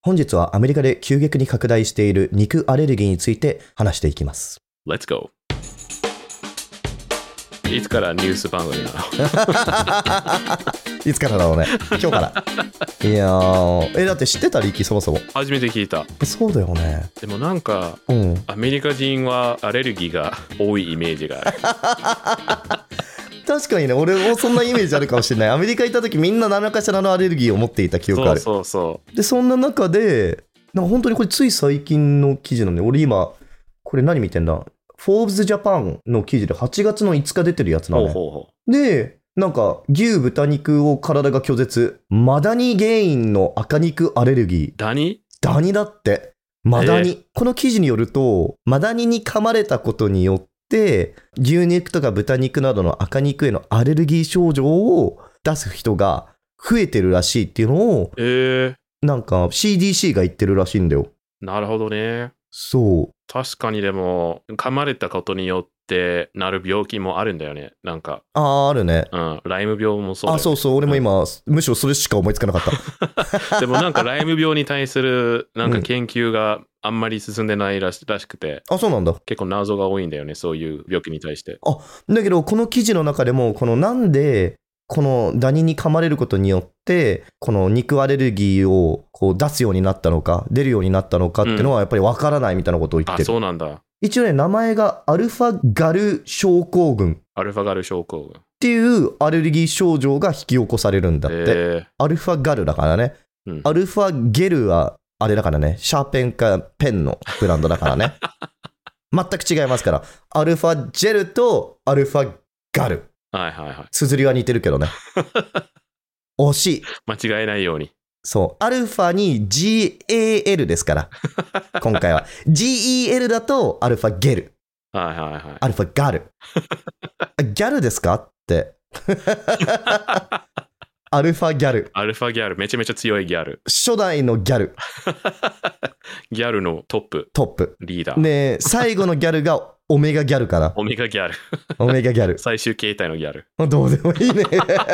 本日はアメリカで急激に拡大している肉アレルギーについて話していきます。 Let's go。 いつからニュース番組なの？ いつからだろうね。今日から。いやー、だって知ってたリキそもそも。 初めて聞いた。 そうだよね。 でもなんか、 うんアメリカ人はアレルギーが多いイメージがある。 確かにね、俺もそんなイメージあるかもしれない。アメリカ行った時みんな何らかしらのアレルギーを持っていた記憶ある。 そうそうそでそんな中でなんか本当にこれつい最近の記事なので、俺今これ何見てんだ、フォーブスジャパンの記事で8月の5日出てるやつなのね。 ほうでなんか牛豚肉を体が拒絶、マダニ原因の赤肉アレルギー。 ダニだってマダニ、この記事によるとマダニに噛まれたことによって牛肉とか豚肉などの赤肉へのアレルギー症状を出す人が増えてるらしいっていうのを、なんか CDC が言ってるらしいんだよ。 なるほどね。 そう。 確かに。でも噛まれたことによってなる病気もあるんだよね。なんかあるね。 ライム病もそうだよね。 そうそう。俺も今、むしろそれしか思いつかなかった。 でもなんかライム病に対するなんか研究があんまり進んでないらしくて、 そうなんだ。 結構謎が多いんだよね、そういう病気に対して。 だけどこの記事の中でもなんでこのダニに噛まれることによってこの肉アレルギーをこう出すようになったのか出るようになったのかっていうのはやっぱりわからないみたいなことを言ってる。 そうなんだ。 一応ね、名前がアルファガル症候群。 アルファガル症候群っていうアレルギー症状が引き起こされるんだって。アルファガルだからね。アルファゲルはあれだからね、シャーペンかペンのブランドだからね。全く違いますから。アルファジェルとアルファガル。綴りは似てるけどね。惜しい。 間違えないように。 そう。アルファに GAL ですから。今回は。GEL だとアルファゲル。アルファガル。ギャルですかって。アルファギャル。 アルファギャル。めちゃめちゃ強いギャル。 初代のギャル。 ギャルのトップ。リーダー。 で、最後のギャルがオメガギャルかな。 オメガギャル。 オメガギャル。 最終形態のギャル。 どうでもいいね。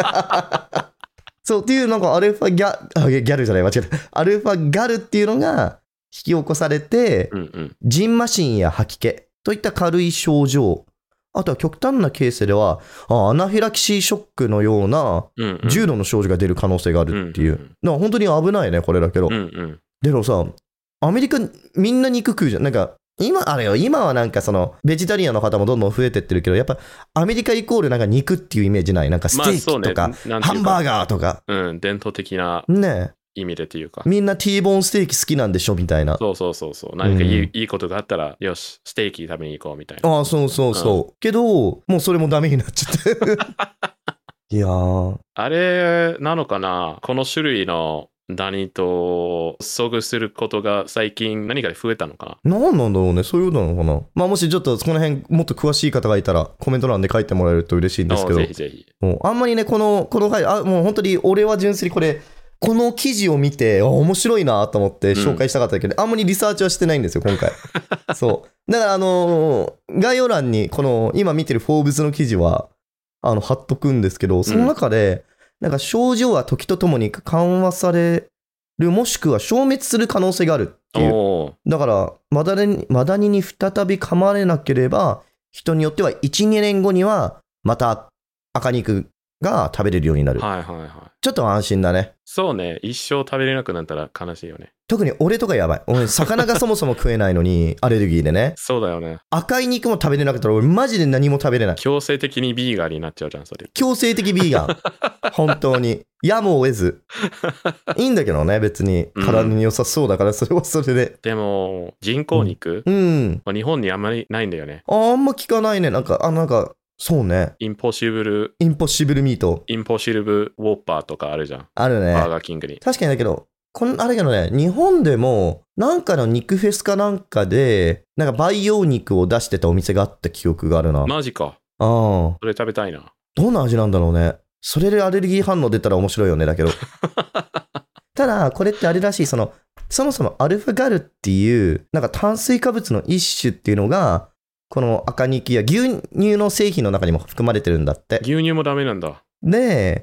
そうっていうなんかアルファギャルじゃない、間違えた。アルファガルっていうのが引き起こされて、ジンマシンや吐き気といった軽い症状、あとは極端なケースではアナフィラキシーショックのような重度の症状が出る可能性があるっていう。だから本当に危ないねこれだけど。でもさ、アメリカみんな肉食うじゃん。なんか今はなんかそのベジタリアンの方もどんどん増えてってるけど、やっぱアメリカイコールなんか肉っていうイメージない。なんかステーキとか、ハンバーガーとか、 伝統的な意味でっていうか、 みんな T ボーンステーキ好きなんでしょみたいな。 そう何かいいことがあったら、よしステーキ食べに行こうみたいな。 そう、けどもうそれもダメになっちゃっていやー、あれなのかな、この種類のダニと遭遇することが最近何かで増えたのかな。 なんなんだろうね、そういうのなのかな。もしちょっとその辺もっと詳しい方がいたらコメント欄で書いてもらえると嬉しいんですけど。 ぜひぜひ。 もうあんまりねこの回もう本当に俺は純粋にこの記事を見て面白いなと思って紹介したかったけど、あんまりリサーチはしてないんですよ今回。そうだから概要欄にこの今見てるフォーブスの記事は貼っとくんですけど、その中で、なんか症状は時とともに緩和される、もしくは消滅する可能性があるっていう。だからマダニに再び噛まれなければ、人によっては 1,2 年後にはまた赤肉が食べれるようになる。ちょっと安心だね。 そうね、一生食べれなくなったら悲しいよね。 特に俺とかやばい。俺魚がそもそも食えないのにアレルギーでね。 そうだよね。 赤い肉も食べれなかったら俺マジで何も食べれない。 強制的にビーガンになっちゃうじゃんそれ。 強制的ビーガン。本当にやむを得ず。いいんだけどね、別に体に良さそうだから、それはそれで。 でも人工肉、日本にあんまりないんだよね。 あんま聞かないね。なんかそうね。 インポッシブルミート。 インポッシブルウォッパーとかあるじゃん。 あるね。 バーガーキングに。 確かにだけど、あれけどね、日本でもなんかの肉フェスかなんかで、なんか培養肉を出してたお店があった記憶があるな。 マジか。 それ食べたいな。 どんな味なんだろうね。それでアレルギー反応出たら面白いよね、だけど。ただ、これってあれらしい、そもそもアルファガルっていう、なんか炭水化物の一種っていうのが、この赤肉や牛乳の製品の中にも含まれてるんだって。 牛乳もダメなんだ。 で、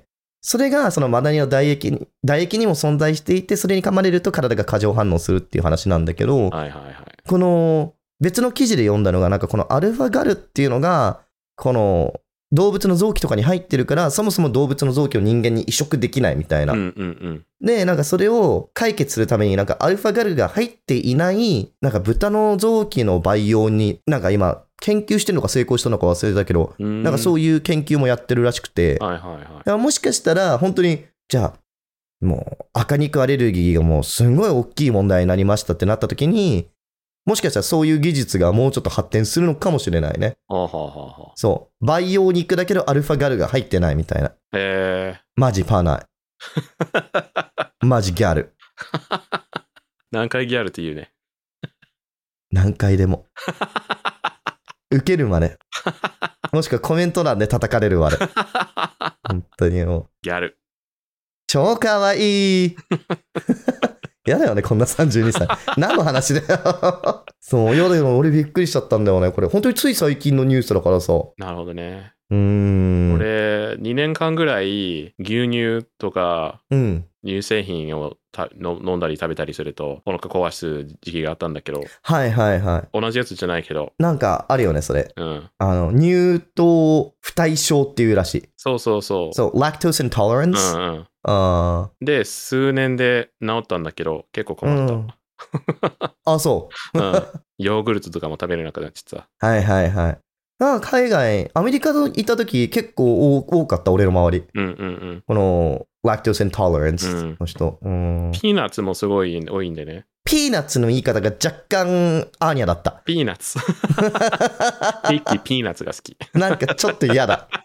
それがそのマダニの唾液にも存在していて、それに噛まれると体が過剰反応するっていう話なんだけど、 はいはいはい。 この別の記事で読んだのが、なんかこのアルファガルっていうのが、この動物の臓器とかに入ってるから、そもそも動物の臓器を人間に移植できないみたいな。で、なんかそれを解決するために、なんかアルファガルが入っていない、なんか豚の臓器の培養に、なんか今、研究してるのか成功したのか忘れたけど、なんかそういう研究もやってるらしくて、 はいはいはい。 もしかしたら本当に、じゃあ、もう赤肉アレルギーがもうすごい大きい問題になりましたってなった時に、もしかしたらそういう技術がもうちょっと発展するのかもしれないね。そう。培養肉だけどアルファガルが入ってないみたいな。マジパーない。マジギャル。 何回ギャルって言うね。 何回でも。受けるまで。もしくはコメント欄で叩かれるまで。本当にもう。 ギャル。 超かわいい。やだよね、こんな32歳。何の話だよ。そう、いやだよ、俺びっくりしちゃったんだよね、これ。本当につい最近のニュースだからさ。 なるほどね。 俺、 2年間ぐらい牛乳とか、乳製品を飲んだり食べたりすると、お腹壊す時期があったんだけど。 はいはいはい。 同じやつじゃないけど。 なんかあるよね、それ。乳糖不対症っていうらしい。 そうそうそう。 そう、lactose intolerance。 で、数年で治ったんだけど、結構困った。 あ、そう。 ヨーグルトとかも食べれなくなっちゃった。 はいはいはい。海外、アメリカにいた時結構多かった、俺の周り。この、lactose intolerance の人。 ピーナッツもすごい多いんでね。 ピーナッツの言い方が若干アーニャだった。 ピーナッツ。ピーナッツが好き。 なんかちょっと嫌だ。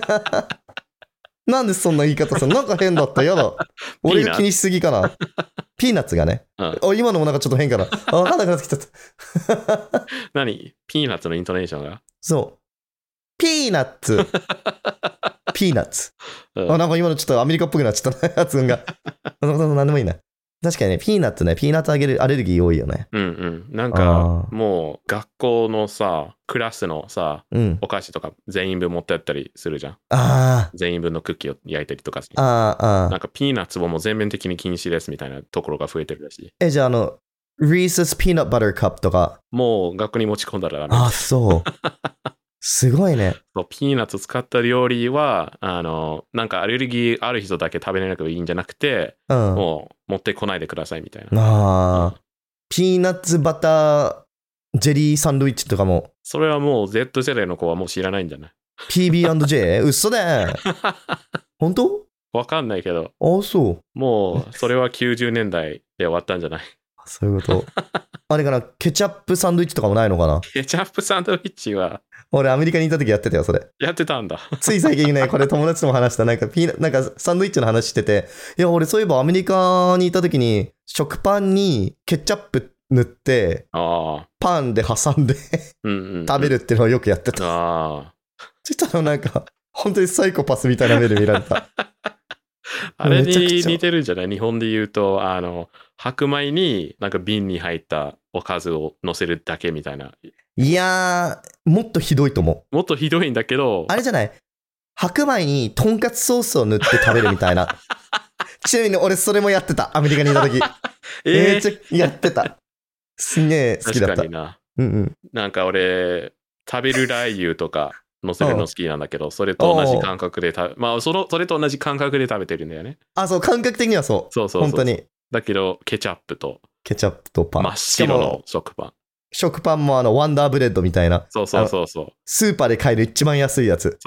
なんでそんな言い方するの？なんか変だった。やだ。俺が気にしすぎかな。ピーナッツがね。今のもなんかちょっと変かな。わかんなくなってきちゃった。 何？ピーナッツのイントネーションが？ そう。ピーナッツ。ピーナッツ。なんか今のちょっとアメリカっぽくなっちゃったな、発音が。なんでもいいな。確かにね、ピーナッツね、ピーナッツアレルギー多いよね。 なんか、もう、学校のさ、クラスのさ、お菓子とか全員分持ってやったりするじゃん。全員分のクッキーを焼いたりとか。なんか、ピーナッツももう全面的に禁止ですみたいなところが増えてるらしい。 じゃあReese's Peanut Butter Cup とか。 もう、学校に持ち込んだらダメ。 そう。すごいね。 ピーナッツ使った料理は、なんかアレルギーある人だけ食べれなくていいんじゃなくて、もう持ってこないでくださいみたいな。 ピーナッツバタージェリーサンドイッチとかも。 それはもう Z 世代の子はもう知らないんじゃない？ PB&J？ 嘘だよ。本当？ わかんないけど。 そう。 もう、それは90年代で終わったんじゃない？ そういうこと。あれかな、ケチャップサンドイッチとかもないのかな？ ケチャップサンドイッチは。 俺アメリカにいた時やってたよ、それ。 やってたんだ。 つい最近ね、これ友達とも話した。なんかサンドイッチの話してて、いや、俺そういえばアメリカにいた時に、食パンにケチャップ塗って、パンで挟んで食べるっていうのをよくやってた。そしたらなんか、本当にサイコパスみたいな目で見られた。 あれに似てるんじゃない？日本で言うと、白米になんか瓶に入ったおかずを乗せるだけみたいな。 いやー、もっとひどいと思う。もっとひどいんだけど。 あれじゃない？白米にとんかつソースを塗って食べるみたいな。ちなみに俺それもやってた。アメリカにいた時。めっちゃやってた。すげえ好きだった。 確かにな。なんか俺、食べるラー油とか乗せるの好きなんだけど、それと同じ感覚でまあそれと同じ感覚で食べてるんだよね。 そう、感覚的にはそう。 そう。 本当に。 だけど、ケチャップとパン。 真っ白の食パン。 食パンもワンダーブレッドみたいな。 そう。スーパーで買える一番安いやつ。 そう。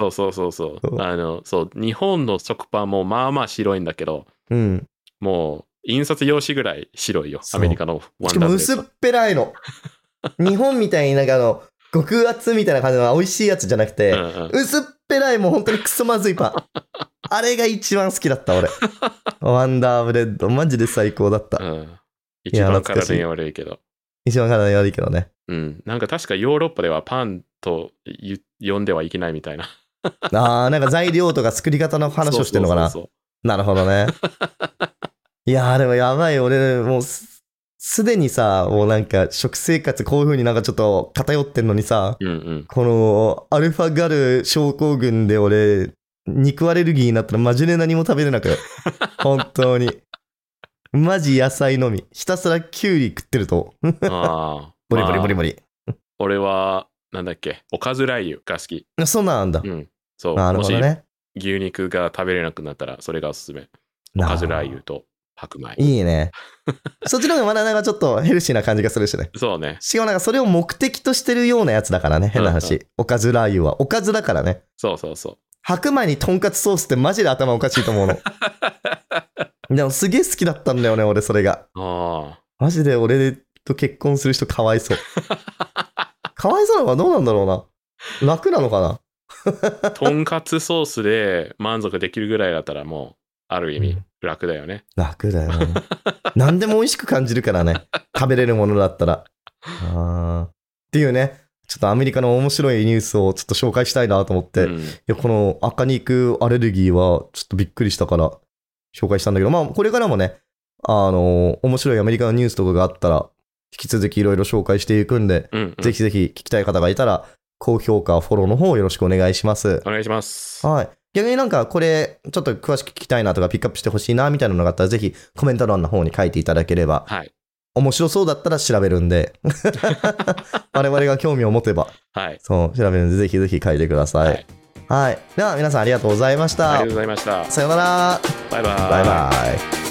日本の食パンもまあまあ白いんだけど、もう、印刷用紙ぐらい白いよ。アメリカのワンダーブレッド。 しかも薄っぺらいの。日本みたいになんか極厚みたいな感じの美味しいやつじゃなくて、薄っぺらいもう本当にクソまずいパン。あれが一番好きだった俺。ワンダーブレッドマジで最高だった。 一番体に悪いけど。 一番体に悪いけどね。 なんか確かヨーロッパではパンと呼んではいけないみたいな。 なんか材料とか作り方の話をしてるのかな。なるほどね。いやーでもやばい。俺もうすでにさ、もうなんか食生活こういう風になんかちょっと偏ってんのにさ、このアルファガル症候群で俺、 肉アレルギーになったらマジで何も食べれなく本当にマジ野菜のみひたすらキュウリ食ってるとあボリボリボリボリ、 俺はなんだっけおかずラー油が好き。 そうなんだ、 そうなるほどね。 牛肉が食べれなくなったらそれがおすすめ。おかずラー油と白米。 いいねそっちの方がまだなんかちょっとヘルシーな感じがするしね。 そうね。 しかもなんかそれを目的としてるようなやつだからね変な話、おかずラー油はおかずだからね。 そうそうそう。 白米にとんかつソースってマジで頭おかしいと思うのでもすげえ好きだったんだよね俺それが。マジで俺と結婚する人かわいそうかわいそうなのかどうなんだろうな。楽なのかなとんかつソースで満足できるぐらいだったらもうある意味楽だよね、 楽だよね何でも美味しく感じるからね食べれるものだったらっていうねちょっとアメリカの面白いニュースをちょっと紹介したいなと思って、いやこの赤肉アレルギーはちょっとびっくりしたから紹介したんだけど、まあこれからもね面白いアメリカのニュースとかがあったら引き続きいろいろ紹介していくんで、ぜひぜひ聞きたい方がいたら高評価フォローの方よろしくお願いします。 お願いします。 はい。逆になんかこれちょっと詳しく聞きたいなとかピックアップしてほしいなみたいなのがあったらぜひコメント欄の方に書いていただければ、面白そうだったら調べるんで我々が興味を持てば、そう調べるんでぜひぜひ書いてください。はい。では皆さんありがとうございました。 ありがとうございました。 さよなら。 バイバイ。 バイバイ。